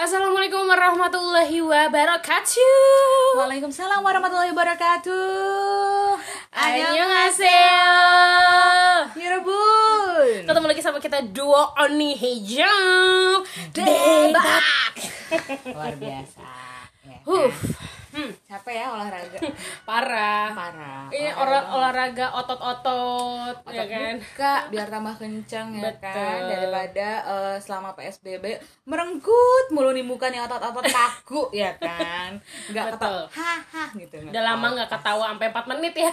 Assalamualaikum warahmatullahi wabarakatuh. Waalaikumsalam warahmatullahi wabarakatuh. Annyeonghaseyo. Yerebun. Ketemu lagi sama kita duo Oni Hijau Debat. Luar biasa. Ya. Capek ya olahraga. Parah. Ini olahraga otot-otot, ya kan? Buka biar tambah kencang ya. Betul. Kan daripada selama PSBB merenggut mulu nih muka nih otot-otot kaku ya kan. Enggak ketawa haha gitu. Udah lama nggak ketawa sampai 4 menit ya.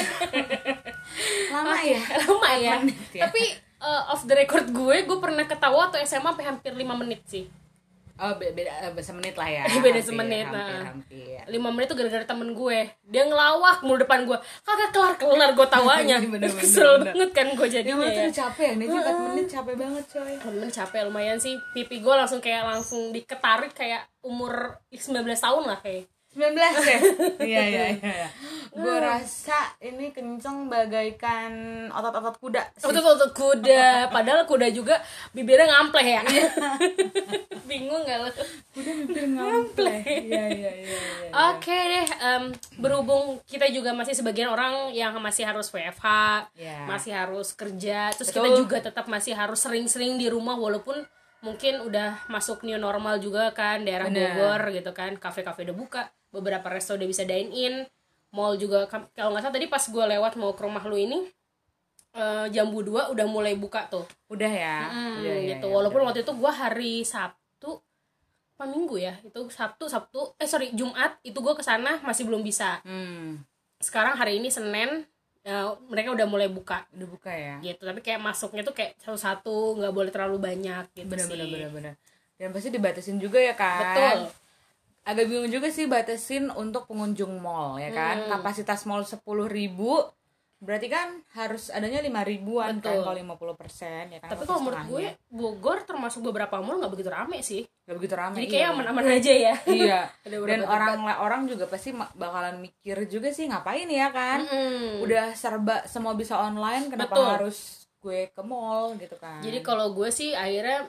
Lama Okay, ya. lama ya. Ya. Tapi off the record gue pernah ketawa waktu SMA sampai hampir 5 menit sih. Oh beda semenit lah ya. Beda semenit. Hampir. 5 menit tuh gara-gara temen gue. Dia ngelawak mulu depan gue. Kagak kelar-kelar gue tawanya. Kesel banget kan gue jadinya. Ya tuh capek ya. Nih 4 menit capek banget coy. 4 menit capek lumayan sih. Pipi gue langsung diketarik kayak umur 19 tahun lah kayak. 19 ya? Iya. Gue rasa ini kenceng bagaikan otot-otot kuda sih. Otot-otot kuda. Padahal kuda juga bibirnya ngampleh ya. Bingung gak lo? Kuda bibir ngampleh. Iya. Oke deh, berhubung kita juga masih sebagian orang yang masih harus WFH, masih harus kerja, terus kita juga tetap masih harus sering-sering di rumah walaupun mungkin udah masuk new normal juga kan, daerah Bogor gitu kan, kafe-kafe udah buka, beberapa resto udah bisa dine in, mall juga kalau nggak salah tadi pas gue lewat mau ke rumah lu ini Jambu 2 udah mulai buka tuh. Udah ya. Gitu. Walaupun waktu itu gue hari Sabtu apa Minggu ya, itu Jumat itu gue kesana masih belum bisa. Sekarang hari ini Senin mereka udah mulai buka. Udah buka ya. Gitu, tapi kayak masuknya tuh kayak satu-satu, nggak boleh terlalu banyak gitu. Bener. Dan pasti dibatasin juga ya kan. Betul. Agak bingung juga sih batasin untuk pengunjung mall ya kan. Kapasitas mall 10.000, berarti kan harus adanya 5.000-an kan kalau 50% ya kan. Tapi kalau menurut gue Bogor termasuk beberapa mall nggak begitu rame sih. Gak begitu ramai. Jadi kayak aman-aman aja ya. Iya. Dan orang juga pasti bakalan mikir juga sih ngapain ya kan. Udah serba semua bisa online, kenapa harus gue ke mall gitu kan. Jadi kalau gue sih akhirnya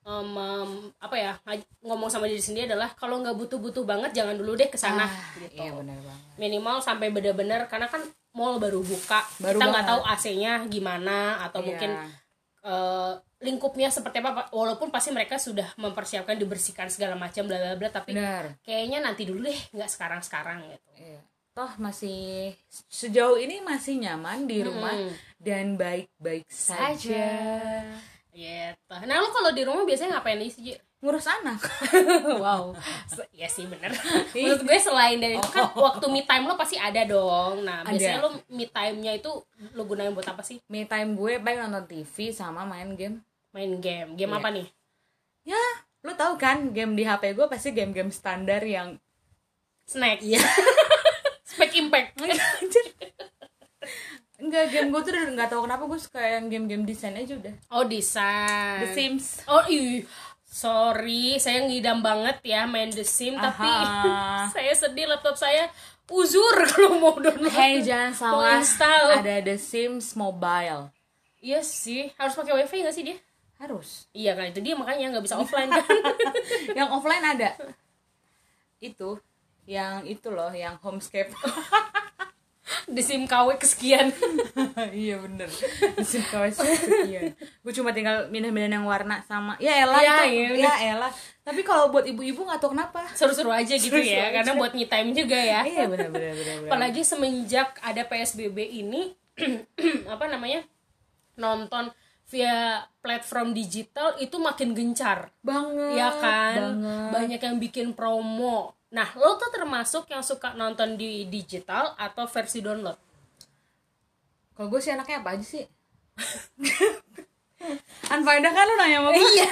ngomong sama diri sendiri adalah kalau nggak butuh banget jangan dulu deh kesana gitu. Iya benar banget. Minimal sampai benar-benar, karena kan mall baru buka, kita nggak tahu AC-nya gimana atau mungkin lingkupnya seperti apa, walaupun pasti mereka sudah mempersiapkan dibersihkan segala macam bla bla bla, tapi kayaknya nanti dulu deh, nggak sekarang gitu. Iya. Toh masih sejauh ini masih nyaman di rumah dan baik-baik saja. Gitu. Nah lu kalau di rumah biasanya ngapain sih? Ngurus anak. Wow. Ya sih bener. Menurut gue selain dari itu kan waktu me time lo pasti ada dong. Nah biasanya lo me time-nya itu lo gunain buat apa sih? Me time gue baik nonton TV sama main game. Game apa nih? Ya lo tahu kan game di HP gue pasti game-game standar yang snack. Iya. Spec Impact. Enggak, game gue tuh udah nggak tahu kenapa gue suka yang game-game desain aja udah. Oh desain. The Sims. Oh sorry, saya ngidam banget ya main The Sims, tapi saya sedih laptop saya uzur kalau mau download. Hey jangan salah, install. Ada The Sims Mobile. Iya sih, harus pakai wifi nggak sih dia? Harus. Iya kan, itu dia makanya nggak bisa offline kan. Yang offline ada. Itu, yang itu loh, yang Homescape. The Sim KW kesekian. Iya bener. The Sim KW kesekian. Gue cuma tinggal pindah-pindah yang warna sama. Ya elah itu. Ya elah. Tapi kalau buat ibu-ibu nggak tahu kenapa. Seru-seru aja gitu ya. Karena buat me time juga ya. Iya bener. Apalagi semenjak ada PSBB ini, nonton via platform digital itu makin gencar. Banget. Ya kan? Banyak yang bikin promo. Nah, lo tuh termasuk yang suka nonton di digital atau versi download? Kalau gue sih anaknya apa aja sih? Unfaedah kan lo nanya sama gue? Iya.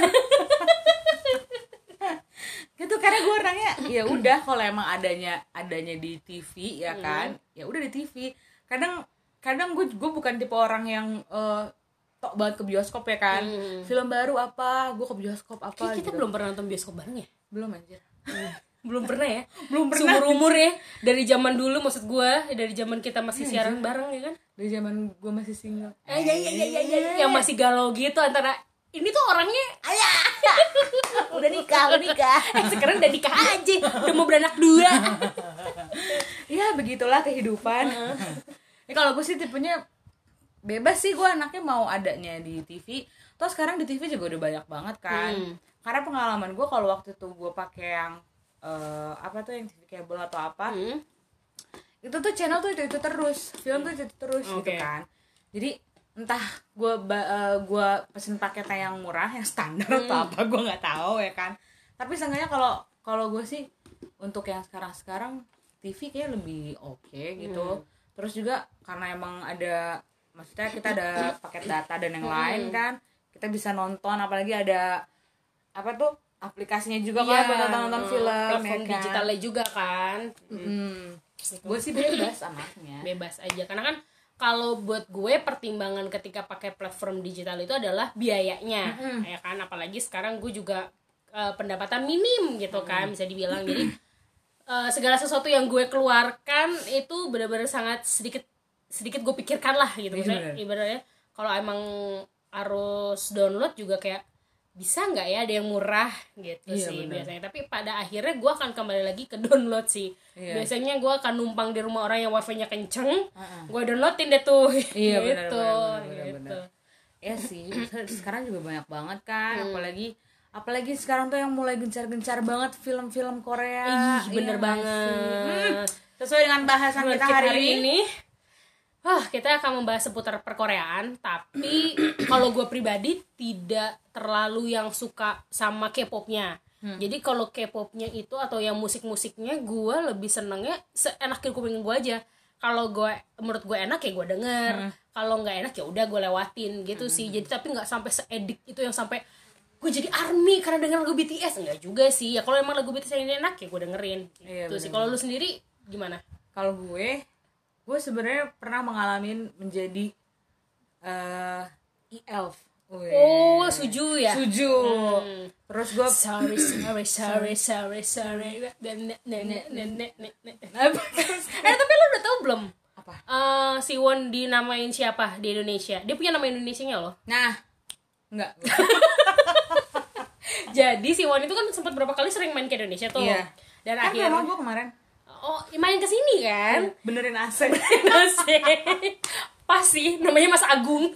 Gitu, karena gue orangnya ya udah kalau emang adanya di TV ya kan, ya udah di TV. Kadang gue bukan tipe orang yang tok banget ke bioskop ya kan. Film baru apa, gue ke bioskop apa. Kita gitu. belum pernah nonton bioskop bareng ya? Belum anjir. Belum pernah ya? Belum pernah. Seumur-umur ya. Dari zaman dulu maksud gue, dari zaman kita masih siaran bareng ya kan? Dari zaman gue masih single. Iya. Yang masih galau gitu antara ini tuh orangnya udah nikah sekarang udah nikah aja, udah mau beranak 2. Ya begitulah kehidupan. Kalau gue sih tipenya bebas sih, gue anaknya mau adanya di TV. Terus sekarang di TV juga udah banyak banget kan. Karena pengalaman gue kalau waktu itu gue pakai yang apa tuh yang TV kabel atau apa, itu tuh channel tuh itu terus, film tuh itu terus gitu kan. Jadi entah gue pesen paket yang murah, yang standar atau apa, gue nggak tahu ya kan. Tapi seenggaknya kalau gue sih untuk yang sekarang TV kayak lebih oke gitu. Terus juga karena emang ada, maksudnya kita ada paket data dan yang lain kan, kita bisa nonton, apalagi ada apa tuh aplikasinya juga kan buat nonton film, platform ya kan? digitalnya juga kan. Gue sih bebas anaknya, bebas aja, karena kan kalau buat gue pertimbangan ketika pakai platform digital itu adalah biayanya, ya kan, apalagi sekarang gue juga pendapatan minim gitu kan, bisa dibilang. Jadi segala sesuatu yang gue keluarkan itu benar-benar sangat sedikit gue pikirkan lah gitu. Misalnya ibaratnya kalau emang harus download juga kayak bisa nggak ya ada yang murah gitu sih biasanya. Tapi pada akhirnya gue akan kembali lagi ke download sih. Biasanya gue akan numpang di rumah orang yang wifi-nya kenceng, gue downloadin deh tuh. Gitu. Ya sih, sekarang juga banyak banget kan, apalagi sekarang tuh yang mulai gencar-gencar banget film-film Korea. Bener banget. Sesuai dengan bahasan kita hari ini. Kita akan membahas seputar perkoreaan, tapi kalau gue pribadi tidak terlalu yang suka sama K-popnya. Jadi kalau K-popnya itu atau yang musik-musiknya, gue lebih senengnya seenak kuping gue aja. Kalau menurut gue enak ya gue denger, kalau nggak enak ya udah gue lewatin gitu sih. Jadi tapi nggak sampai seedik itu yang sampai gue jadi ARMY karena denger lagu BTS, enggak juga sih. Ya kalau emang lagu BTS ini enak ya gue dengerin. Gitu sih. Kalau lu sendiri gimana? Kalau gue sebenarnya pernah mengalami menjadi e-elf. Suju ya? Suju. Terus gue sorry. Tapi lu udah tahu belum? Apa? Siwon dinamain siapa di Indonesia? Dia punya nama Indonesianya loh. Nah, enggak. Jadi Siwon itu kan sempat berapa kali sering main ke Indonesia tuh. Iya. Dan kan akhirnya gue kemarin main ke sini kan? Benerin AC. Pas sih, namanya Mas Agung.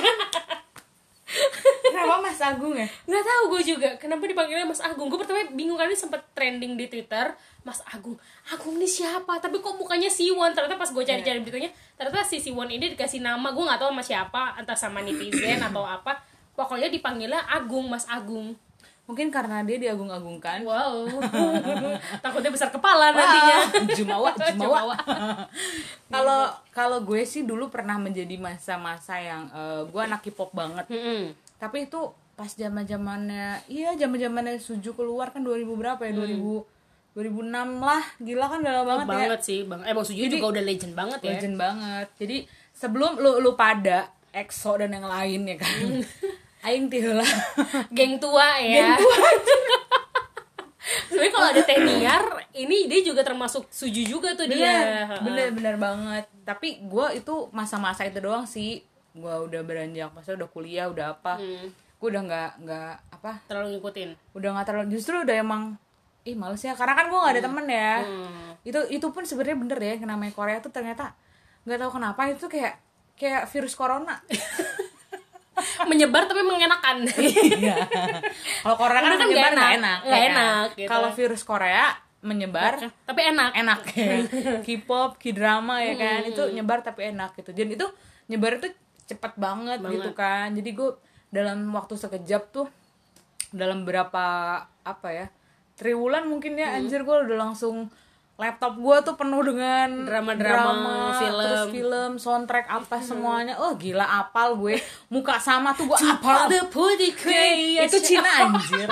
Kenapa Mas Agung ya? Nggak tahu gue juga kenapa dipanggilnya Mas Agung. Gue pertama bingung, kali sempat trending di Twitter Mas Agung ini siapa, tapi kok mukanya Siwon. Ternyata pas gue cari-cari beritanya, ternyata si Siwon ini dikasih nama, gue nggak tahu sama siapa, entah sama netizen atau apa, pokoknya dipanggilnya Agung, Mas Agung. Mungkin karena dia diagung-agungkan. Wow. Takutnya besar kepala nantinya. Jumawa. Kalau gue sih dulu pernah menjadi masa-masa yang gue anak K-pop banget. Tapi itu pas zaman-zamannya Suju keluar kan 2000 berapa ya? 2006 lah. Gila kan, udah lama banget ya. Sih, Bang. Bang Suju juga udah legend banget ya. Legend banget. Jadi sebelum lu pada EXO dan yang lain ya kan. Aing tiheula geng tua ya. Sebenarnya kalau ada Teniar, ini dia juga termasuk Suju juga tuh. Bener banget. Tapi gue itu masa-masa itu doang sih. Gue udah beranjak, maksudnya udah kuliah, udah apa, gue udah nggak apa terlalu ngikutin. Udah nggak terlalu, justru udah emang males ya, karena kan gue nggak ada temen ya. Itu pun sebenarnya bener ya, yang namanya Korea tuh ternyata nggak tahu kenapa itu kayak virus corona. Menyebar tapi mengenakan. Iya. Kalau Korea kan menyebar nggak enak. Gitu. Kalau virus Korea menyebar tapi enak. K-pop, K-drama ya kan, itu nyebar tapi enak gitu. Dan itu nyebar itu cepat banget gitu kan. Jadi gue dalam waktu sekejap tuh, dalam berapa triwulan mungkin ya, anjir gue udah langsung, laptop gue tuh penuh dengan drama, terus film, soundtrack apa semuanya. Gila, apal gue. Muka sama tuh gue apal. Itu Cina anjir.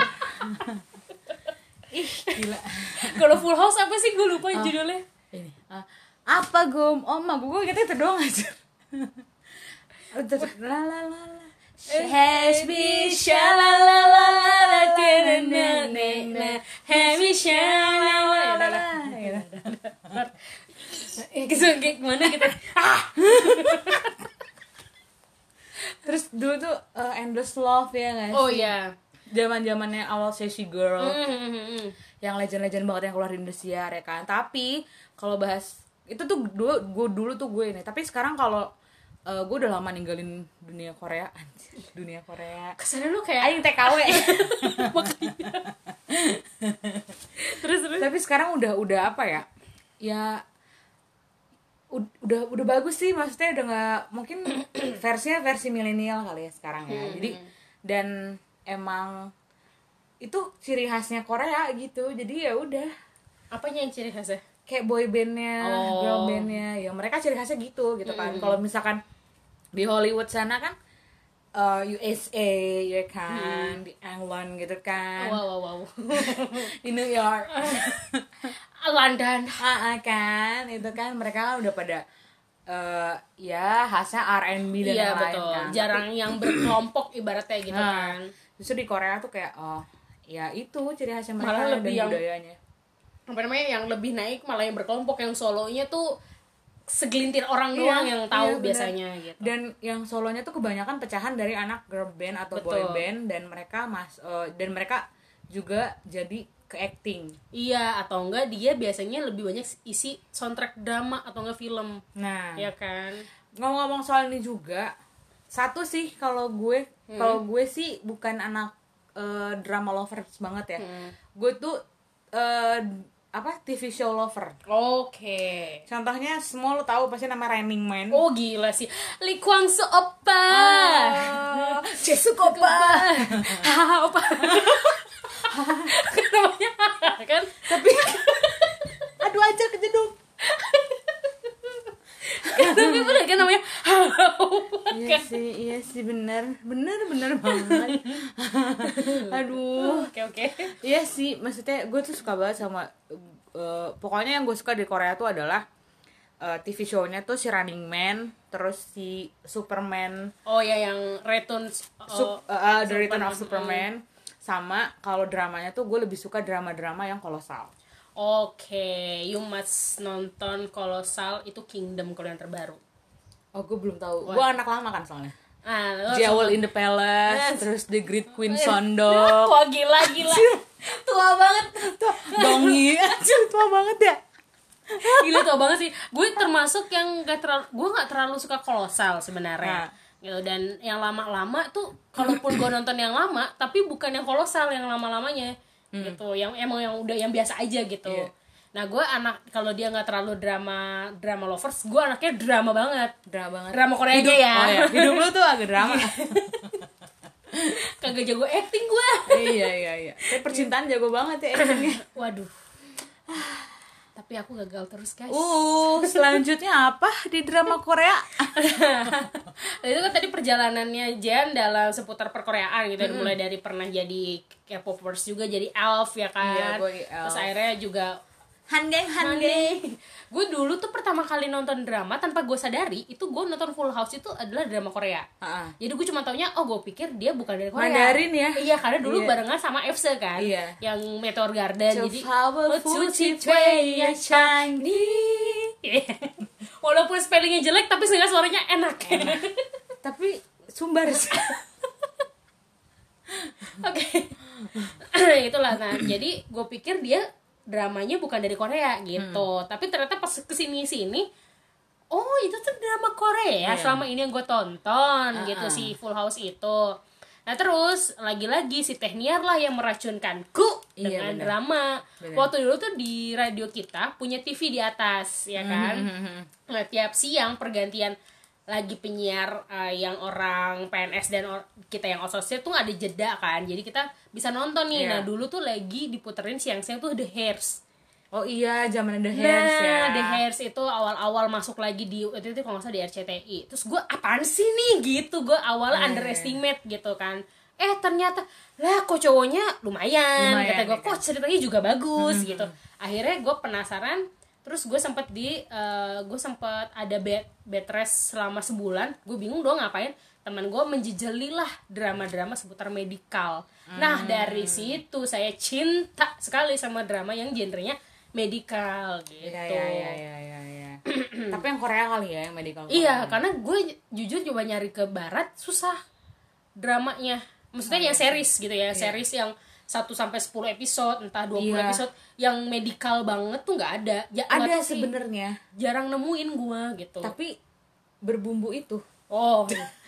Ih, gila. Kalau Full House apa sih, gue lupa judulnya. Ini. Apa gue? Gue gitu itu doang aja. La la la la. Has been shalalala kayak gimana gitu. Terus dulu tuh Endless Love ya guys. Oh iya. Zaman-zamannya awal Sassy Girl. Yang legend-legend banget yang keluar di Indosiar ya kan. Tapi kalau bahas itu tuh dulu tuh gue ini. Tapi sekarang kalau gue udah lama ninggalin dunia Korea. Anjir, dunia Korea. Kesannya lu kayak aing TKW. terus. Tapi sekarang udah apa ya? Ya udah bagus sih, maksudnya udah nggak, mungkin versinya versi milenial kali ya sekarang ya. Jadi dan emang itu ciri khasnya Korea gitu. Jadi ya udah. Apanya yang ciri khasnya? Kayak boy bandnya, girl bandnya, ya mereka ciri khasnya gitu kan. Kalau misalkan di Hollywood sana kan USA ya kan, di England gitu kan. Wow. Di New York. London. Kan itu kan mereka kan udah pada ya khasnya R&B dan iya, yang lain betul. kan. Jarang yang berkelompok ibaratnya gitu kan. Justru di Korea tuh kayak ya itu ciri khasnya mereka Malah lebih dan yang, budayanya. Apa namanya, yang lebih naik malah yang berkelompok, yang solonya tuh segelintir orang doang yang tahu biasanya gitu. Dan yang solonya tuh kebanyakan pecahan dari anak girl band atau boy band, dan mereka juga jadi ke acting. Iya, atau enggak dia biasanya lebih banyak isi soundtrack drama atau enggak film. Nah, ya kan. Ngomong-ngomong soal ini juga, satu sih kalau gue sih bukan anak drama lovers banget ya. Gue tuh TV show lover. Oke. Contohnya semua lo tahu pasti nama Running Man. Oh gila sih. Lee Kwang Soo oppa. Jisoo oppa. Oppa. Namanya kan. Tapi aduh aja kejeduk. Tapi bener kan namanya. Iya sih bener banget. Aduh. Oke. Iya sih, maksudnya gue tuh suka banget sama pokoknya yang gue suka di Korea tuh adalah TV show-nya tuh si Running Man, terus si Superman. Oh ya, yang Return The Return of Superman. Sama kalau dramanya tuh gue lebih suka drama-drama yang kolosal. Oke, you must nonton Kolosal, itu Kingdom kalau yang terbaru. Oh, gue belum tahu. Gue anak lama kan soalnya. Jewel in the Palace, terus The Great Queen Sondok. Wah gila. Tua banget. Dongi. Tua banget ya. Gila, tua banget sih. Gue termasuk yang gak terlalu suka Kolosal sebenarnya. Gitu. Dan yang lama-lama tuh, kalaupun gue nonton yang lama, tapi bukan yang Kolosal, yang lama-lamanya. Gitu, yang emang yang udah yang biasa aja gitu. Nah, gue kalau dia nggak terlalu drama lovers, gue anaknya drama banget. Drama Korea aja ya. Oh ya, hidup lu tuh agak drama. Kagak jago acting gue. Iya. Tapi percintaan jago banget ya actingnya. Waduh. Tapi aku gagal terus, guys. Selanjutnya apa di drama Korea? Itu kan tadi perjalanannya Jen dalam seputar perkoreaan gitu. Mulai dari pernah jadi K-popers juga, jadi elf ya kan. Iya, gue elf. Terus akhirnya juga Hanggang. Gue dulu tuh pertama kali nonton drama tanpa gue sadari, itu gue nonton Full House itu adalah drama Korea. Jadi gue cuma taunya, gue pikir dia bukan dari Korea. Mandarin ya? Iya, karena dulu barengan sama EVSE kan. Iya. Yang Meteor Garden. Jadi walaupun spellingnya jelek, tapi sehingga suaranya enak. Tapi sumbar sih. Oke. Itulah. Nah, jadi gue pikir dia dramanya bukan dari Korea gitu. Tapi ternyata pas kesini-sini, itu tuh drama Korea selama ini yang gue tonton gitu, si Full House itu. Nah terus lagi-lagi si Techniar lah yang meracunkanku dengan drama. Waktu dulu tuh di radio kita punya TV di atas ya kan. Nah tiap siang pergantian lagi penyiar yang orang PNS dan kita yang outsourcing tuh ada jeda kan, jadi kita bisa nonton nih. Nah dulu tuh lagi diputerin siang-siang tuh The Hairs. Oh iya, zaman The Hairs ya. The Hairs itu awal-awal masuk lagi di itu kalau nggak salah di RCTI. Terus gue apaan sih nih gitu, gue awalnya underestimate gitu kan. Ternyata lah kok cowoknya lumayan kata gue, kok ceritanya juga bagus gitu. Akhirnya gue penasaran. Terus gue sempet ada bed rest selama sebulan. Gue bingung dong ngapain. Teman gue menjejeli lah drama-drama seputar medical. Nah dari situ saya cinta sekali sama drama yang genrenya medical gitu. Iya. Tapi yang Korea kali ya, yang medical. Iya, karena gue jujur coba nyari ke barat susah dramanya. Maksudnya yang series gitu ya, series yang 1-10 episode, entah 20 episode, yang medikal banget tuh nggak ada. Ada sebenarnya. Jarang nemuin gua gitu. Tapi berbumbu itu. Oh.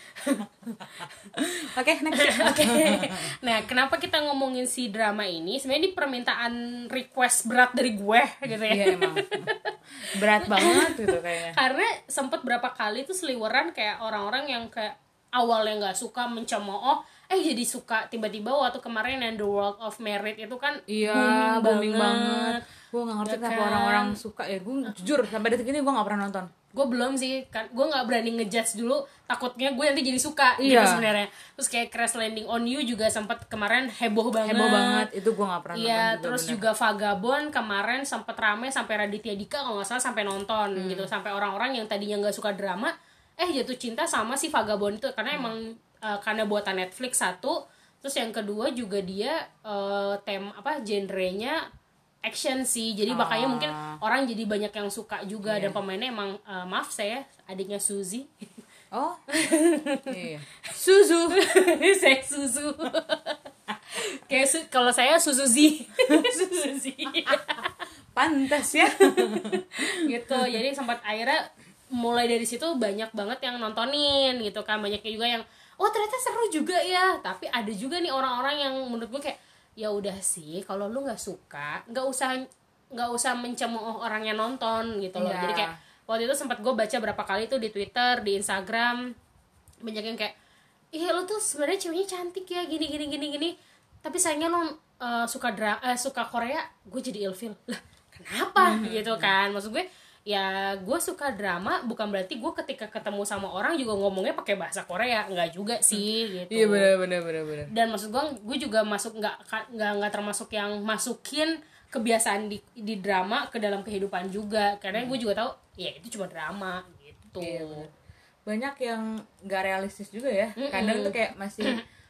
Oke, next. Nah, kenapa kita ngomongin si drama ini? Sebenarnya di permintaan request berat dari gue gitu ya. Iya emang. Berat banget gitu kayaknya. Karena sempet berapa kali tuh seliweran kayak orang-orang yang kayak awalnya nggak suka mencemooh, jadi suka tiba-tiba. Waktu kemarin yang The World of Merit itu kan booming banget. Gue nggak ngerti kenapa orang-orang suka ya. Gue jujur sampai detik ini gue nggak pernah nonton. Gue belum sih, kan gue nggak berani ngejudge dulu, takutnya gue nanti jadi suka gitu sebenarnya. Terus kayak Crash Landing on You juga sempat kemarin heboh banget, itu gue nggak pernah nonton. Iya, terus bener. Juga Vagabond kemarin sempat rame sampai Raditya Dika kalau nggak salah sampai nonton gitu, sampai orang-orang yang tadinya nggak suka drama jatuh cinta sama si Vagabond itu karena emang karena buatan Netflix satu, terus yang kedua juga dia genrenya action sih, jadi makanya mungkin orang jadi banyak yang suka juga. Dan pemainnya emang maaf saya adiknya Suzy. Oh iya. Suzu. Saya Suzu. Kayak kalau saya Suzuzi. Suzuzi. Pantas ya. Gitu. Jadi sempat akhirnya mulai dari situ banyak banget yang nontonin gitu kan, banyak juga yang ternyata seru juga ya. Tapi ada juga nih orang-orang yang menurut gue kayak ya udah sih, kalau lu nggak suka nggak usah mencemooh orang yang nonton gitu loh. Jadi kayak waktu itu sempat gue baca berapa kali tuh di Twitter, di Instagram, banyak yang kayak lu tuh sebenarnya ceweknya cantik ya gini, tapi sayangnya lu suka Korea. Gue jadi ilfil lah, kenapa gitu kan. Maksud gue ya gue suka drama bukan berarti gue ketika ketemu sama orang juga ngomongnya pakai bahasa Korea, nggak juga sih gitu. Iya benar. Dan maksud gue juga masuk nggak termasuk yang masukin kebiasaan di drama ke dalam kehidupan juga, karena gue juga tahu ya itu cuma drama gitu. Iya, banyak yang nggak realistis juga ya. Kadang tuh kayak masih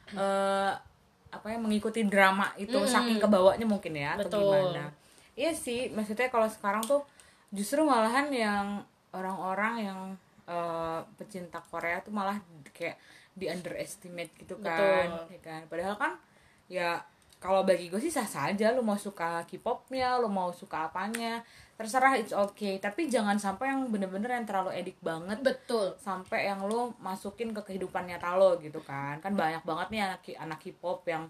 mengikuti drama itu saking kebawanya mungkin ya. Betul. Atau gimana. Iya sih, maksudnya kalau sekarang tuh justru malahan yang orang-orang yang pecinta Korea tuh malah kayak di underestimate gitu kan. Ya kan? Padahal kan ya kalau bagi gue sih sah-sah aja, lu mau suka K-popnya, lu mau suka apanya, terserah, it's okay. Tapi jangan sampai yang bener-bener yang terlalu edik banget. Betul. Sampai yang lu masukin ke kehidupan nyata lo gitu kan. Kan banyak banget nih anak K-pop yang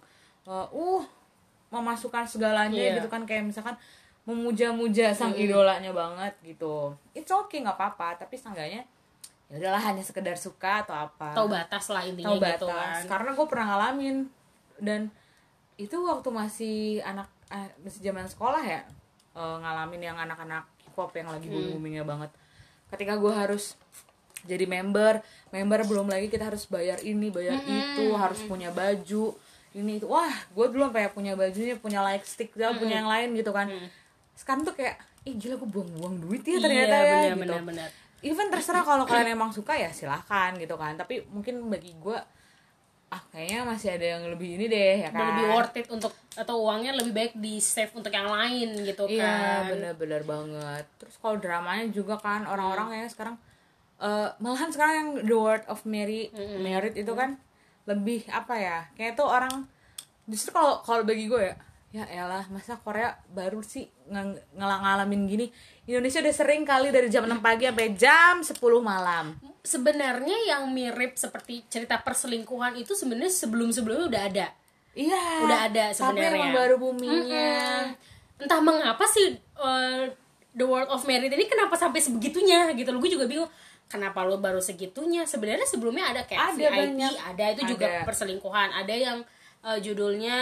memasukkan segalanya gitu kan, kayak misalkan memuja-muja sang idolanya banget gitu. It's okay, nggak apa-apa, tapi seenggaknya ya udahlah, hanya sekedar suka atau apa. Tahu batas lah intinya. Tahu batas. Gitu kan. Karena gue pernah ngalamin, dan itu waktu masih zaman sekolah ya, ngalamin yang anak-anak K-pop yang lagi booming-boomingnya banget. Ketika gue harus jadi member belum lagi kita harus bayar ini, bayar itu, harus punya baju ini itu. Wah, gue dulu sampai punya bajunya, punya light stick, punya yang lain gitu kan. Sekarang tuh kayak gila, gue buang-buang duit ya ternyata ya gitu. Bener. Even terserah kalau kalian emang suka ya silahkan gitu kan, tapi mungkin bagi gue kayaknya masih ada yang lebih ini deh ya kan, lebih worth it untuk, atau uangnya lebih baik di save untuk yang lain gitu kan. Iya bener banget. Terus kalau dramanya juga kan orang-orang kayaknya sekarang malahan sekarang yang The World of Merit itu kan lebih kayak tuh orang justru kalau bagi gue ya elah, masa Korea baru sih ngalamin gini. Indonesia udah sering kali dari jam 6 pagi sampai jam 10 malam. Sebenarnya yang mirip seperti cerita perselingkuhan itu sebenarnya sebelumnya udah ada. Iya. Udah ada sebenarnya. Tapi emang baru boomingnya. Entah mengapa sih The World of Merit ini kenapa sampai sebegitunya gitu loh. Gue juga bingung. Kenapa lo baru segitunya? Sebenarnya sebelumnya ada kayak VIP, ada itu juga perselingkuhan. Ada yang judulnya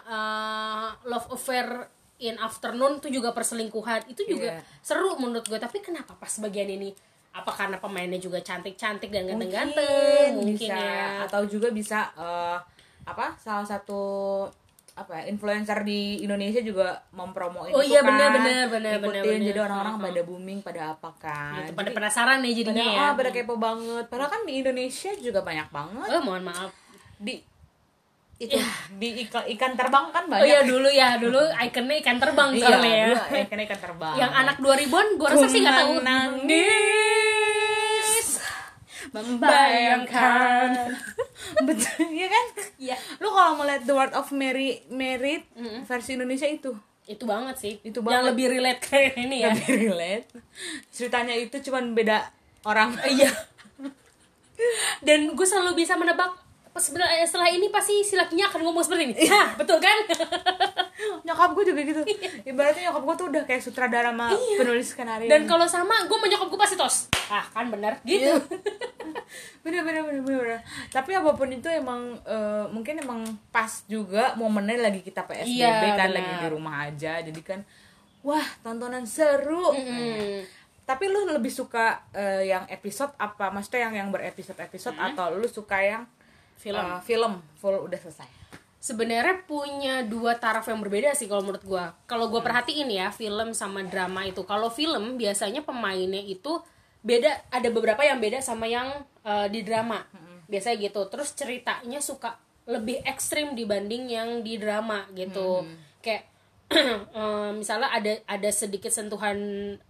Love Affair in Afternoon, itu juga perselingkuhan. Itu juga seru menurut gue. Tapi kenapa pas bagian ini? Apa karena pemainnya juga cantik-cantik dan ganteng-ganteng? Mungkin ya. Atau juga bisa salah satu influencer di Indonesia juga mempromoin itu iya, kan. benar. Jadi orang-orang pada booming, pada apa kan. Gitu, pada penasaran nih jadinya ya. Pada kepo banget. Padahal kan di Indonesia juga banyak banget. Mohon maaf. Di ikan terbang kan banyak. Oh iya, dulu ikonnya ikan terbang soalnya ya. Iya, ikonnya ikan terbang. Yang anak 2000-an gue rasa sih enggak tahu. Nangis membayangkan. Betul, ya kan? Iya. Lu kalau mau lihat The World of Merit versi Indonesia itu banget sih. Itu yang banget. lebih relate kayak ini ya. Lebih relate. Ceritanya itu cuman beda orang. Iya. Dan gue selalu bisa menebak sebenarnya setelah ini pasti si lakinya akan ngomong seperti ini. Hah, betul kan? Nyokap gue juga gitu. Ibaratnya nyokap gue tuh udah kayak sutradara sama penulis skenario. Dan kalau sama gue sama nyokap gue pasti tos. Ah, kan bener gitu. Bener. Tapi apapun itu emang mungkin emang pas juga momennya lagi kita PSBB kan, lagi di rumah aja. Jadi kan wah, tontonan seru. Tapi lu lebih suka yang episode apa? Maksudnya yang berepisode-episode atau lu suka yang film full udah selesai? Sebenarnya punya dua taraf yang berbeda sih kalau menurut gue. Kalau gue perhatiin ya, film sama drama itu. Kalau film biasanya pemainnya itu beda, ada beberapa yang beda sama yang di drama. Biasanya gitu. Terus ceritanya suka lebih ekstrim dibanding yang di drama gitu. Kayak misalnya ada sedikit sentuhan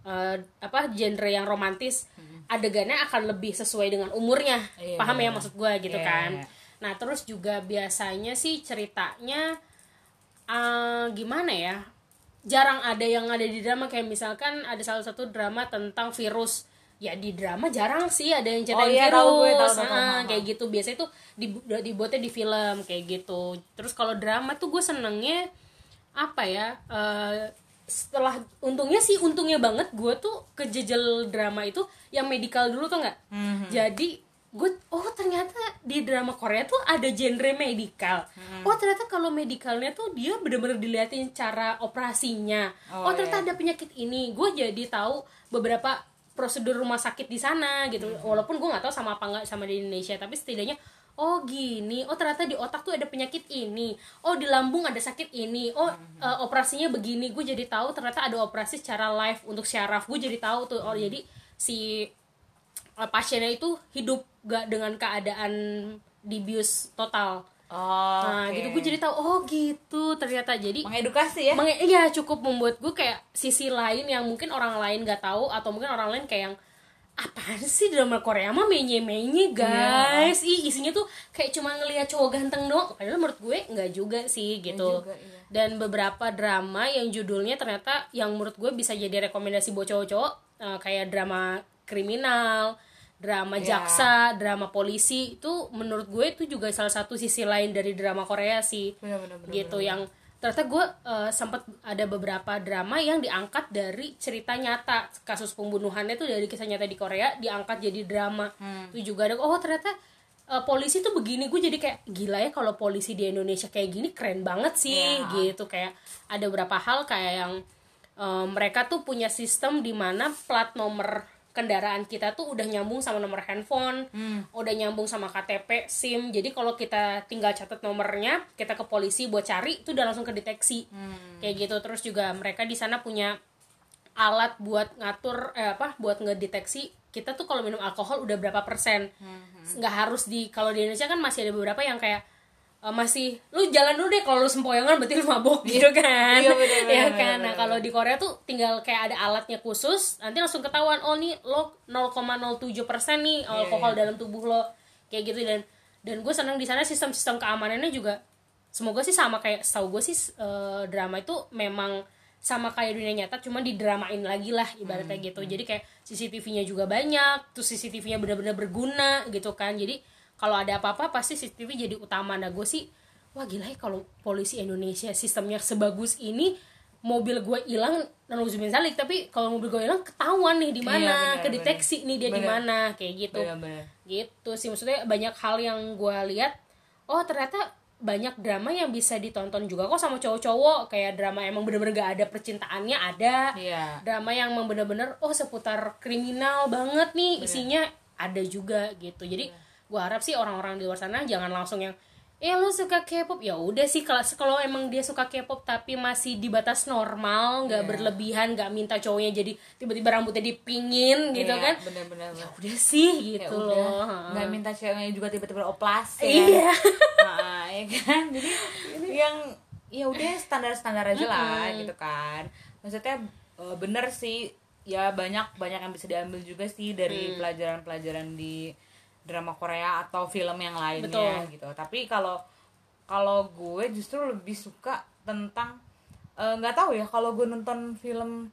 genre yang romantis, adegannya akan lebih sesuai dengan umurnya. Paham ya maksud gue gitu kan. Nah terus juga biasanya sih ceritanya gimana ya, jarang ada yang ada di drama. Kayak misalkan ada salah satu drama tentang virus, ya di drama jarang sih ada yang ceritain virus. Kayak gitu biasanya tuh dibuatnya di film kayak gitu. Terus kalau drama tuh gue senengnya apa ya, setelah untungnya banget gue tuh kejejel drama itu yang medical dulu tuh nggak. Jadi gue ternyata di drama Korea tuh ada genre medical. Ternyata kalau medicalnya tuh dia bener-bener diliatin cara operasinya. Ternyata ada penyakit ini. Gue jadi tahu beberapa prosedur rumah sakit di sana gitu. Walaupun gue nggak tahu sama apa nggak sama di Indonesia, tapi setidaknya gini, ternyata di otak tuh ada penyakit ini, di lambung ada sakit ini, operasinya begini. Gue jadi tahu ternyata ada operasi secara live untuk syaraf. Gue jadi tahu tuh, jadi si pasiennya itu hidup gak dengan keadaan dibius total. Gitu gue jadi tahu gitu ternyata. Jadi mengedukasi ya. Iya, cukup membuat gue kayak sisi lain yang mungkin orang lain gak tahu, atau mungkin orang lain kayak yang apaan sih drama Korea mah menye-menye guys. Isinya tuh kayak cuma ngelihat cowok ganteng doang. Padahal menurut gue nggak juga sih gitu. Dan beberapa drama yang judulnya ternyata yang menurut gue bisa jadi rekomendasi buat cowok-cowok, kayak drama kriminal, drama jaksa, drama polisi, itu menurut gue itu juga salah satu sisi lain dari drama Korea sih. Bener. Yang ternyata gue sempat ada beberapa drama yang diangkat dari cerita nyata, kasus pembunuhannya tuh dari kisah nyata di Korea diangkat jadi drama. Itu juga ada ternyata polisi tuh begini. Gue jadi kayak gila ya, kalau polisi di Indonesia kayak gini keren banget sih gitu. Kayak ada beberapa hal kayak yang mereka tuh punya sistem di mana plat nomor kendaraan kita tuh udah nyambung sama nomor handphone, udah nyambung sama KTP, SIM. Jadi kalau kita tinggal catat nomornya, kita ke polisi buat cari, itu udah langsung kedeteksi. Kayak gitu. Terus juga mereka di sana punya alat buat ngatur buat ngedeteksi kita tuh kalau minum alkohol udah berapa persen. Nggak harus kalau di Indonesia kan masih ada beberapa yang kayak masih lu jalan dulu deh, kalau lu sempoyongan berarti lu mabok gitu kan. Iya kan. Nah kalau di Korea tuh tinggal kayak ada alatnya khusus, nanti langsung ketahuan nih lo 0,07% nih alkohol dalam tubuh lo kayak gitu. Dan gue senang di sana sistem keamanannya juga semoga sih sama kayak, setahu gue sih drama itu memang sama kayak dunia nyata, cuma didramain lagi lah ibaratnya gitu. Jadi kayak CCTV-nya juga banyak, terus CCTV-nya benar-benar berguna gitu kan. Jadi kalau ada apa-apa pasti CCTV jadi utama. Nah gue sih wah gila ya kalau polisi Indonesia sistemnya sebagus ini. Mobil gue hilang, nauzubillah zalik, tapi kalau mobil gue hilang ketahuan nih di mana, kedeteksi nih dia di mana kayak gitu. Gitu sih, maksudnya banyak hal yang gue lihat, ternyata banyak drama yang bisa ditonton juga kok sama cowok-cowok. Kayak drama emang bener-bener gak ada percintaannya, ada drama yang emang bener-bener seputar kriminal banget nih isinya, ada juga gitu. Jadi gue harap sih orang-orang di luar sana jangan langsung yang lu suka K-pop, ya udah sih kalau emang dia suka K-pop tapi masih di batas normal, nggak berlebihan, nggak minta cowoknya jadi tiba-tiba rambutnya dipingin gitu kan. Bener-bener. Ya udah sih gitu loh. Nggak minta ceweknya juga tiba-tiba oplas ya. Iya. Ya kan. Jadi yang ya udah standar-standar aja lah gitu kan. Maksudnya bener sih ya, banyak yang bisa diambil juga sih dari pelajaran-pelajaran di drama Korea atau film yang lainnya. Betul. Gitu. Tapi kalau gue justru lebih suka tentang nggak tahu ya, kalau gue nonton film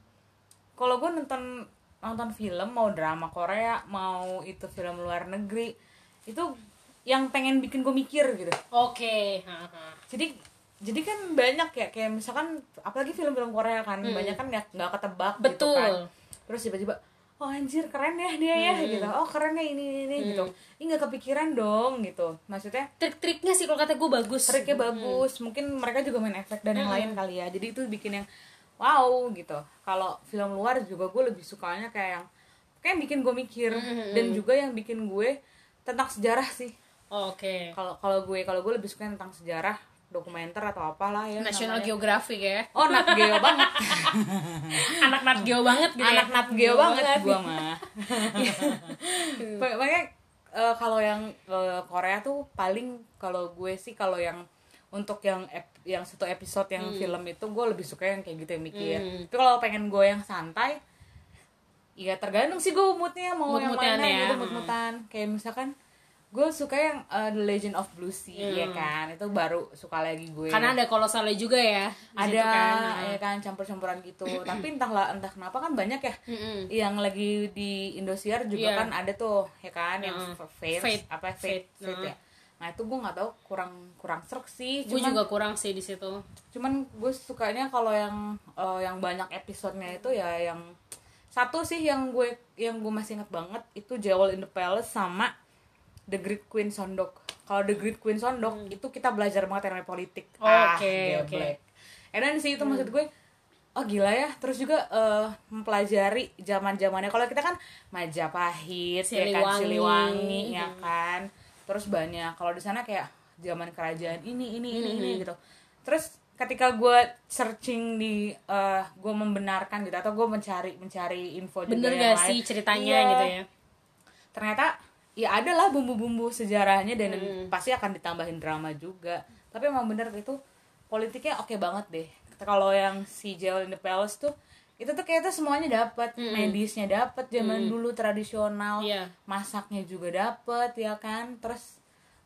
mau drama Korea mau itu film luar negeri, itu yang pengen bikin gue mikir gitu. Oke. Jadi kan banyak ya, kayak misalkan apalagi film-film Korea kan banyak kan nggak ketebak. Betul. Gitu kan. Terus tiba-tiba oh anjir keren ya dia ya gitu, oh keren ya ini gitu, ini nggak kepikiran dong gitu, maksudnya trik-triknya sih kalau kata gue bagus, triknya bagus, mungkin mereka juga main efek dan yang lain kali ya, jadi itu bikin yang wow gitu. Kalau film luar juga gue lebih sukanya kayak bikin gue mikir dan juga yang bikin gue tentang sejarah sih. Oke. Kalau gue lebih suka tentang sejarah, dokumenter atau apalah ya. National Geographic ya. Oh, Nat Geo banget. Anak Nat Geo banget gitu. Anak Nat Geo banget gua mah. Makanya kalau yang Korea tuh paling, kalau gue sih kalau yang untuk yang satu episode yang film itu gue lebih suka yang kayak gitu, yang mikir. Tapi kalau pengen gue yang santai, ya tergantung sih gue moodnya mau yang mana ya. Gitu, mood-moodan. Kayak misalkan gue suka yang The Legend of Blue Sea ya kan, itu baru suka lagi gue karena ada kolosalnya juga ya, ada kan, ya kan campur-campuran gitu. Tapi entah kenapa kan banyak ya yang lagi di Indosiar juga kan ada tuh ya kan yang Fate ya. Nah itu gue nggak tahu, kurang serk sih. Gue juga kurang sih di situ. Cuman gue sukanya kalau yang banyak episodenya itu ya yang satu sih yang gue masih ingat banget itu Jewel in the Palace sama The Great Queen Sondok. Kalau The Great Queen Sondok itu kita belajar banget yang politik. Oke. Dan sih itu maksud gue, oh gila ya. Terus juga mempelajari zaman-zamannya. Kalau kita kan Majapahit, Siliwangi ya kan. Terus banyak. Kalau di sana kayak zaman kerajaan ini gitu. Terus ketika gue searching di gue membenarkan gitu atau gue mencari info bener juga yang gak sih ceritanya gitu ya. Ternyata ya ada lah bumbu-bumbu sejarahnya dan pasti akan ditambahin drama juga. Tapi emang bener itu politiknya oke banget deh. Kalau yang si Jewel in the Palace tuh itu tuh kayaknya semuanya dapat, medisnya dapat zaman dulu tradisional, masaknya juga dapat ya kan. Terus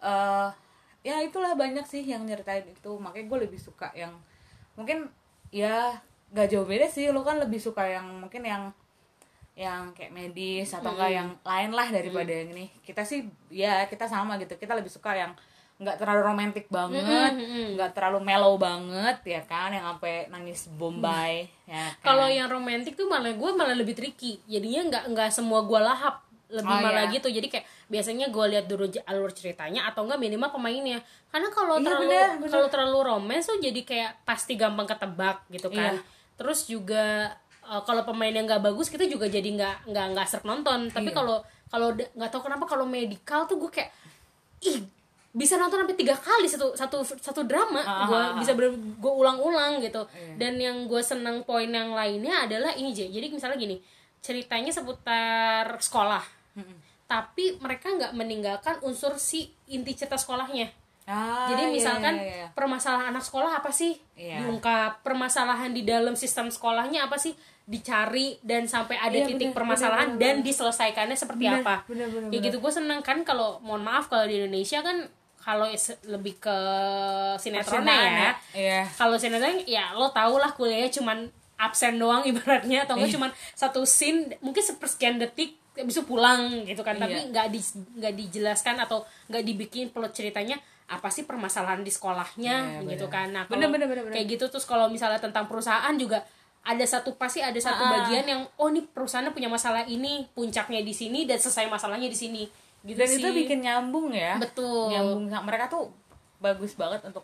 ya itulah banyak sih yang nyeritain itu. Makanya gue lebih suka yang mungkin ya gak jauh beda sih. Lo kan lebih suka yang mungkin yang kayak medis atau enggak yang lain lah daripada yang ini. Kita sih ya kita sama gitu, kita lebih suka yang nggak terlalu romantis banget, nggak terlalu mellow banget ya kan, yang sampai nangis Bombay ya kan. Kalau yang romantis tuh gue malah lebih tricky, jadinya nggak semua gue lahap, lebih malah gitu. Jadi kayak biasanya gue lihat dulu alur ceritanya atau enggak minimal pemainnya, karena kalau terlalu romance tuh jadi kayak pasti gampang ketebak gitu kan. Terus juga kalau pemainnya nggak bagus kita juga jadi nggak serk nonton. Tapi kalau nggak tahu kenapa kalau medical tuh gue kayak bisa nonton sampai 3 kali satu drama. Gue bisa gue ulang-ulang gitu. Dan yang gue senang poin yang lainnya adalah ini jadi misalnya gini, ceritanya seputar sekolah, tapi mereka nggak meninggalkan unsur si inti cerita sekolahnya. Jadi misalkan permasalahan anak sekolah apa sih diungkap, permasalahan di dalam sistem sekolahnya apa sih dicari, dan sampai ada titik permasalahan dan diselesaikannya seperti apa. Ya gitu, gue seneng kan. Kalau mohon maaf kalau di Indonesia kan kalau lebih ke sinetronnya ya. Kalau sinetron ya lo tau lah kuliahnya cuman absen doang ibaratnya, atau enggak cuman satu scene mungkin sepersekian detik habis itu pulang gitu kan. Tapi nggak dijelaskan atau nggak dibikin plot ceritanya apa sih permasalahan di sekolahnya gitu kan. Nah kalau kayak gitu, terus kalau misalnya tentang perusahaan juga pasti ada satu bagian yang ini perusahaannya punya masalah ini, puncaknya di sini dan selesai masalahnya di sini gitu. Dan itu bikin nyambung ya. Betul. Nyambung. Mereka tuh bagus banget untuk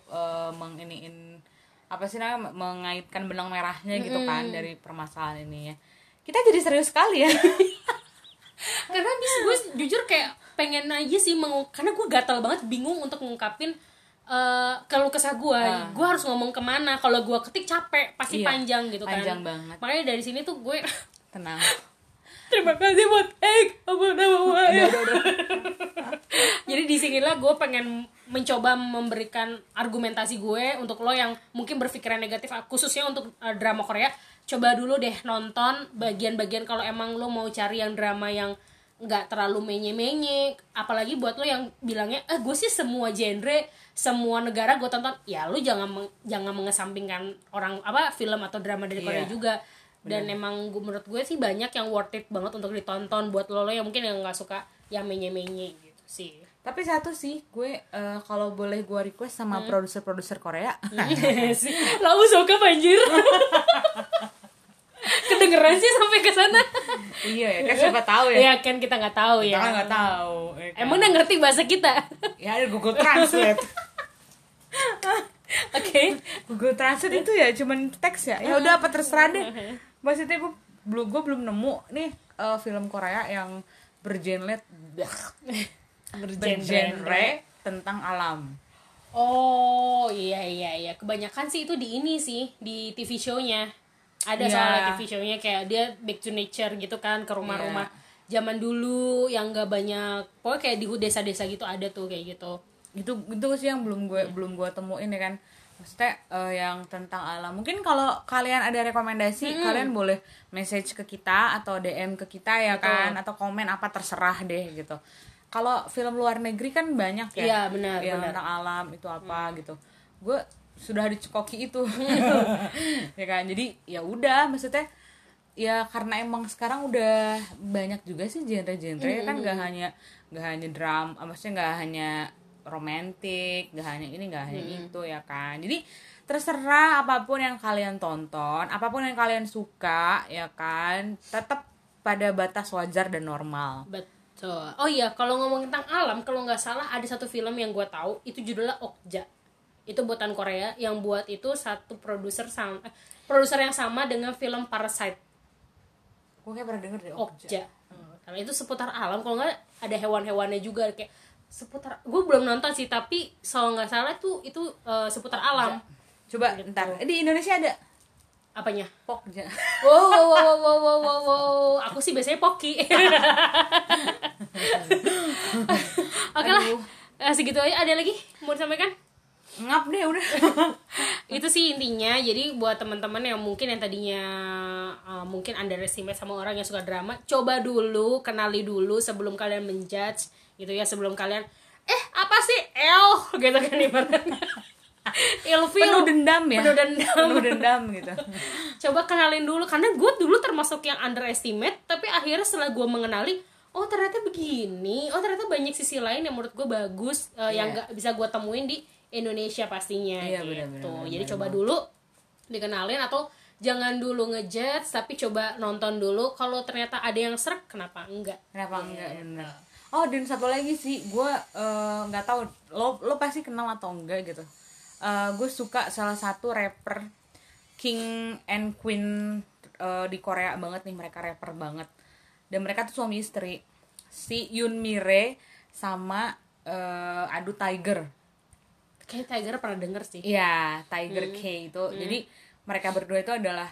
mengaitkan benang merahnya gitu kan dari permasalahan ini ya. Kita jadi serius sekali ya. Karena gue jujur kayak pengen aja sih karena gue gatal banget, bingung untuk ngungkapin keluh kesah gue. Gue harus ngomong kemana, kalau gue ketik capek pasti panjang gitu kan. Panjang banget. Makanya dari sini tuh gue tenang. Terima kasih buat Jadi disinilah gue pengen mencoba memberikan argumentasi gue untuk lo yang mungkin berpikiran negatif, khususnya untuk drama Korea. Coba dulu deh nonton bagian-bagian kalau emang lo mau cari yang drama yang nggak terlalu menye-menye. Apalagi buat lo yang bilangnya gue sih semua genre, semua negara gue tonton. Ya lu jangan mengesampingkan orang film atau drama dari Korea juga. Dan emang menurut gue sih banyak yang worth it banget untuk ditonton buat lo yang mungkin yang nggak suka yang menye-menye gitu sih. Tapi satu sih, gue kalau boleh gue request sama produser-produser Korea. Lau suka banjir. Kedengeran sih sampai ke sana. Iya ya, kan siapa tahu ya. Iya kan kita nggak tahu ya. Kita nggak tahu. Ya kan? Emang udah ngerti bahasa kita? Ya ada Google Translate. Oke. Google Translate itu ya cuman teks ya. Ya udah apa terserah deh. Maksudnya gue belum nemu nih film Korea yang bergenre tentang alam. Oh iya. Kebanyakan sih itu di ini sih, di TV show-nya. Ada soalnya TV show-nya kayak dia back to nature gitu kan, ke rumah-rumah zaman dulu yang gak banyak, pokoknya kayak di desa-desa gitu ada tuh kayak gitu. Itu sih yang belum gue temuin ya kan. Maksudnya yang tentang alam. Mungkin kalau kalian ada rekomendasi, kalian boleh message ke kita atau DM ke kita ya kan, atau komen apa terserah deh gitu. Kalau film luar negeri kan banyak ya. Iya, benar. Tentang alam itu apa gitu. Gue sudah dicekoki itu. Ya kan. Jadi ya udah, maksudnya ya karena emang sekarang udah banyak juga sih genre-genre kan, gak hanya drama, maksudnya gak hanya romantis, gak hanya ini, gak hanya itu ya kan. Jadi terserah apapun yang kalian tonton, apapun yang kalian suka ya kan, tetap pada batas wajar dan normal. Betul. Oh iya, kalau ngomongin tentang alam, kalau nggak salah ada satu film yang gue tahu itu judulnya Okja. Itu buatan Korea, yang buat itu satu produser yang sama dengan film Parasite. Gue kayak pernah denger deh Okja. Karena itu seputar alam, kalau nggak ada hewan-hewannya juga kayak seputar. Gue belum nonton sih, tapi kalau nggak salah itu seputar alam. Coba gitu. Ntar di Indonesia ada apanya? Pokja. Wow. Aku sih biasanya Poki. Oke lah. Segitu aja. Ada lagi mau disampaikan? Ngap deh udah. Itu sih intinya. Jadi buat teman-teman yang tadinya mungkin underestimate sama orang yang suka drama, coba dulu, kenali dulu sebelum kalian menjudge gitu ya, sebelum kalian apa sih gitu kan ibaratnya. Penuh dendam gitu. Coba kenalin dulu, karena gue dulu termasuk yang underestimate, tapi akhirnya setelah gue mengenali, oh ternyata begini, oh ternyata banyak sisi lain yang menurut gue bagus, yang gak bisa gue temuin di Indonesia pastinya gitu. Jadi coba dulu dikenalin, atau jangan dulu ngejudge, tapi coba nonton dulu. Kalau ternyata ada yang srek, kenapa enggak bener. Oh, dan satu lagi sih, gue nggak tahu lo pasti kenal atau enggak gitu. Gue suka salah satu rapper King and Queen di Korea banget nih, mereka rapper banget. Dan mereka tuh suami istri, si Yoon Mire sama Tiger. Kayak Tiger pernah denger sih. Iya, Tiger K itu. Jadi mereka berdua itu adalah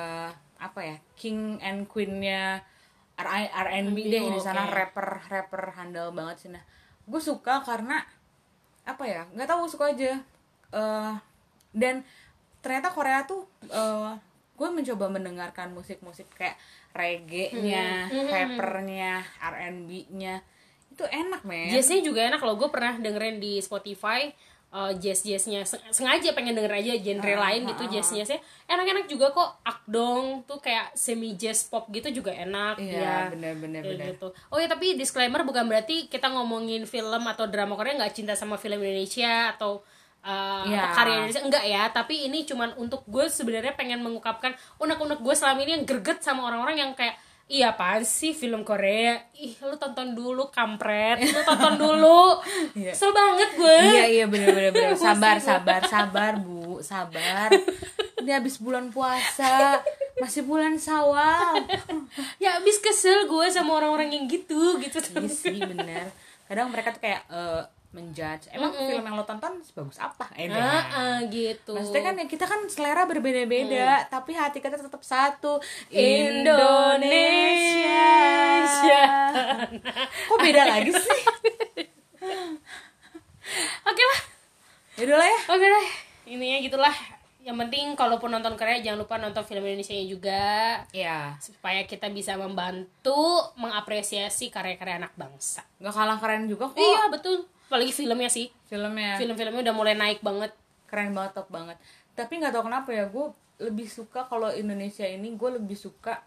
King and Queen-nya R&B deh di sana, rapper handal banget sih. Nah, gue suka karena nggak tahu, suka aja. Dan ternyata Korea tuh gue mencoba mendengarkan musik-musik kayak reggae-nya, rappernya, R&B-nya itu enak, men. Jazznya juga enak loh. Gue pernah dengerin di Spotify jazz-jazznya, sengaja pengen denger aja genre lain gitu. Jazz-jazznya enak-enak juga kok. Akdong tuh kayak semi jazz pop gitu juga enak. Iya, bener. Gitu. Oh ya, tapi disclaimer, bukan berarti kita ngomongin film atau drama Korea nggak cinta sama film Indonesia atau karya Indonesia, enggak ya. Tapi ini cuman untuk gue sebenarnya pengen mengungkapkan unek-unek gue selama ini yang greget sama orang-orang yang kayak, iya apaan sih film Korea, lu tonton dulu kampret, lu tonton dulu. Kesel banget gue. Iya bener. sabar Bu, sabar. Ini habis bulan puasa, masih bulan Syawal. Ya habis kesel gue sama orang-orang yang gitu. Iya sih, bener. Kadang mereka tuh kayak menjudge. Emang film yang lo tonton bagus apa? Gitu. Maksudnya kan kita kan selera berbeda-beda, tapi hati kita tetap satu, Indonesia. Kok beda lagi sih? Oke lah. Yaudah lah ya. Oke lah. Intinya gitulah. yang penting kalaupun nonton Korea jangan lupa nonton film Indonesia juga. Iya. Supaya kita bisa membantu mengapresiasi karya-karya anak bangsa. Gak kalah keren juga kok. Iya betul. Apalagi filmnya sih. Film-filmnya udah mulai naik banget. Keren banget, top banget. Tapi nggak tahu kenapa ya, gue lebih suka kalau Indonesia ini, gue lebih suka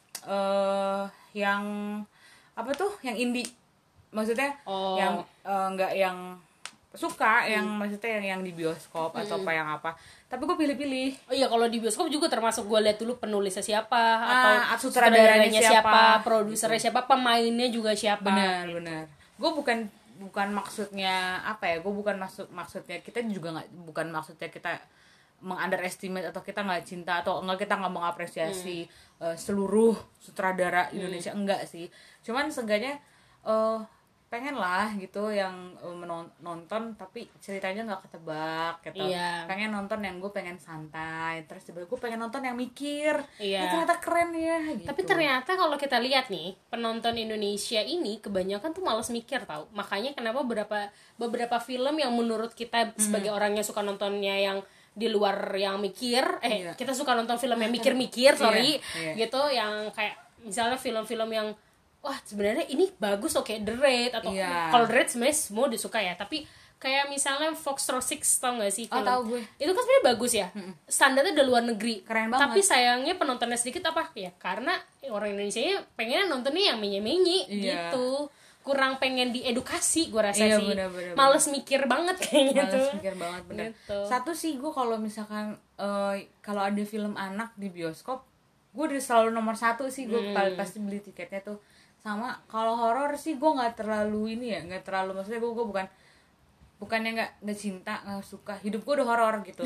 yang apa tuh, yang indie. Maksudnya yang nggak yang suka yang maksudnya yang di bioskop atau apa yang apa, tapi gue pilih-pilih. Oh iya, kalau di bioskop juga termasuk gue lihat dulu penulisnya siapa atau sutradaranya siapa, produsernya siapa, pemainnya juga siapa. Benar gue bukan maksudnya apa ya, gue bukan maksudnya kita juga nggak, bukan maksudnya kita mengunderestimate atau kita nggak cinta atau enggak, kita nggak mengapresiasi seluruh sutradara Indonesia, enggak sih, cuman seenggaknya pengen lah gitu yang nonton tapi ceritanya nggak ketebak gitu. Pengen nonton yang gue pengen santai, terus gue pengen nonton yang mikir. Ternyata keren ya gitu. Tapi ternyata kalau kita lihat nih, penonton Indonesia ini kebanyakan tuh malas mikir tau. Makanya kenapa beberapa film yang menurut kita sebagai orang yang suka nontonnya yang di luar yang mikir, kita suka nonton film yang mikir-mikir, gitu, yang kayak misalnya film-film yang wah sebenarnya ini bagus loh, kayak The Raid atau kalau The Raid sebenarnya semua disuka ya, tapi kayak misalnya Foxtrot 6, tau gak sih film? Tahu gue. Itu kan sebenarnya bagus ya, standarnya udah luar negeri, keren banget. tapi sayangnya penontonnya sedikit apa ya, karena orang Indonesia pengen nontonnya yang menye-menye gitu, kurang pengen diedukasi gue rasa sih. Bener. Males mikir banget kayaknya tuh. Males mikir banget bener. Gitu. Satu sih gue kalau misalkan kalau ada film anak di bioskop, gue udah selalu nomor 1 sih, gue pasti beli tiketnya tuh. Sama kalau horor sih gue nggak terlalu nggak terlalu, maksudnya gue bukannya nggak cinta, nggak suka, hidup gue udah horor gitu.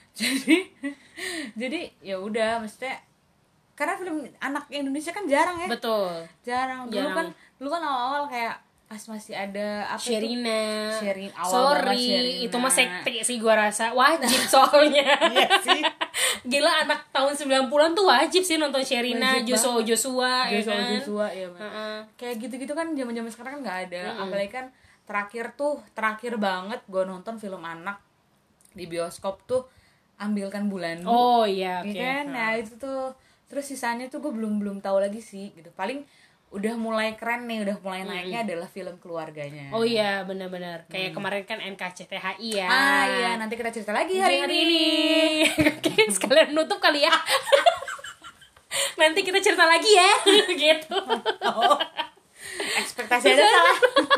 jadi ya udah, maksudnya karena film anak Indonesia kan jarang ya. Betul. Jarang. Dulu kan awal-awal kayak pas masih ada apa Sherina. Sorry, itu mah sekte sih gua rasa, wajib soalnya. Iya sih. Gila, anak tahun 90-an tuh wajib sih nonton Sherina, Joshua, ya kan? Joshua ya. Kayak gitu-gitu kan zaman-zaman sekarang kan enggak ada. Apalagi kan terakhir banget gua nonton film anak di bioskop tuh Ambilkan Bulanmu. Oh iya, oke. Kan? Nah, itu tuh. Terus sisanya tuh gue belum tahu lagi sih gitu. Paling udah mulai keren nih, udah mulai naiknya adalah film keluarganya. Oh iya, benar-benar. Kayak kemarin kan NKCTHI ya. Iya, nanti kita cerita lagi hari ini. Oke, sekalian nutup kali ya. Nanti kita cerita lagi ya. Gitu. Ekspektasi ada salah.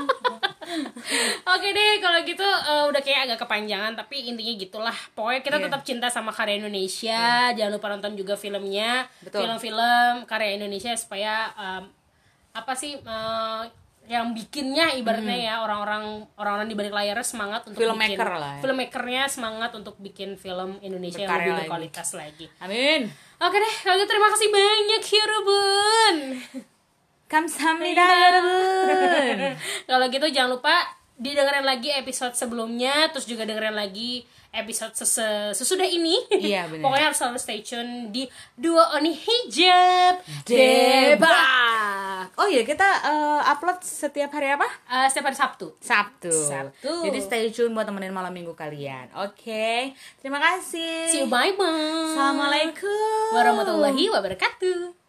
Oke deh, kalau gitu udah kayak agak kepanjangan, tapi intinya gitulah. Pokoknya kita tetap cinta sama karya Indonesia. Jangan lupa nonton juga filmnya. Betul. Film-film karya Indonesia supaya apa sih yang bikinnya ibaratnya ya orang-orang di balik layarnya semangat untuk filmmaker bikin lah. Filmmakernya semangat untuk bikin film Indonesia yang lebih berkualitas lagi. Amin. Oke deh, kalau gitu terima kasih banyak Hirubun. Kamsahamnida Hirubun. Kalau gitu jangan lupa didengerin lagi episode sebelumnya, terus juga dengerin lagi episode sesudah ini. Iya benar. Pokoknya harus selalu stay tune di Dua Oni Hijab Debak. Oh iya, kita upload setiap hari apa? Setiap hari Sabtu. Jadi stay tune buat temenin malam minggu kalian. Oke. Terima kasih. See you, bye bye. Assalamualaikum warahmatullahi wabarakatuh.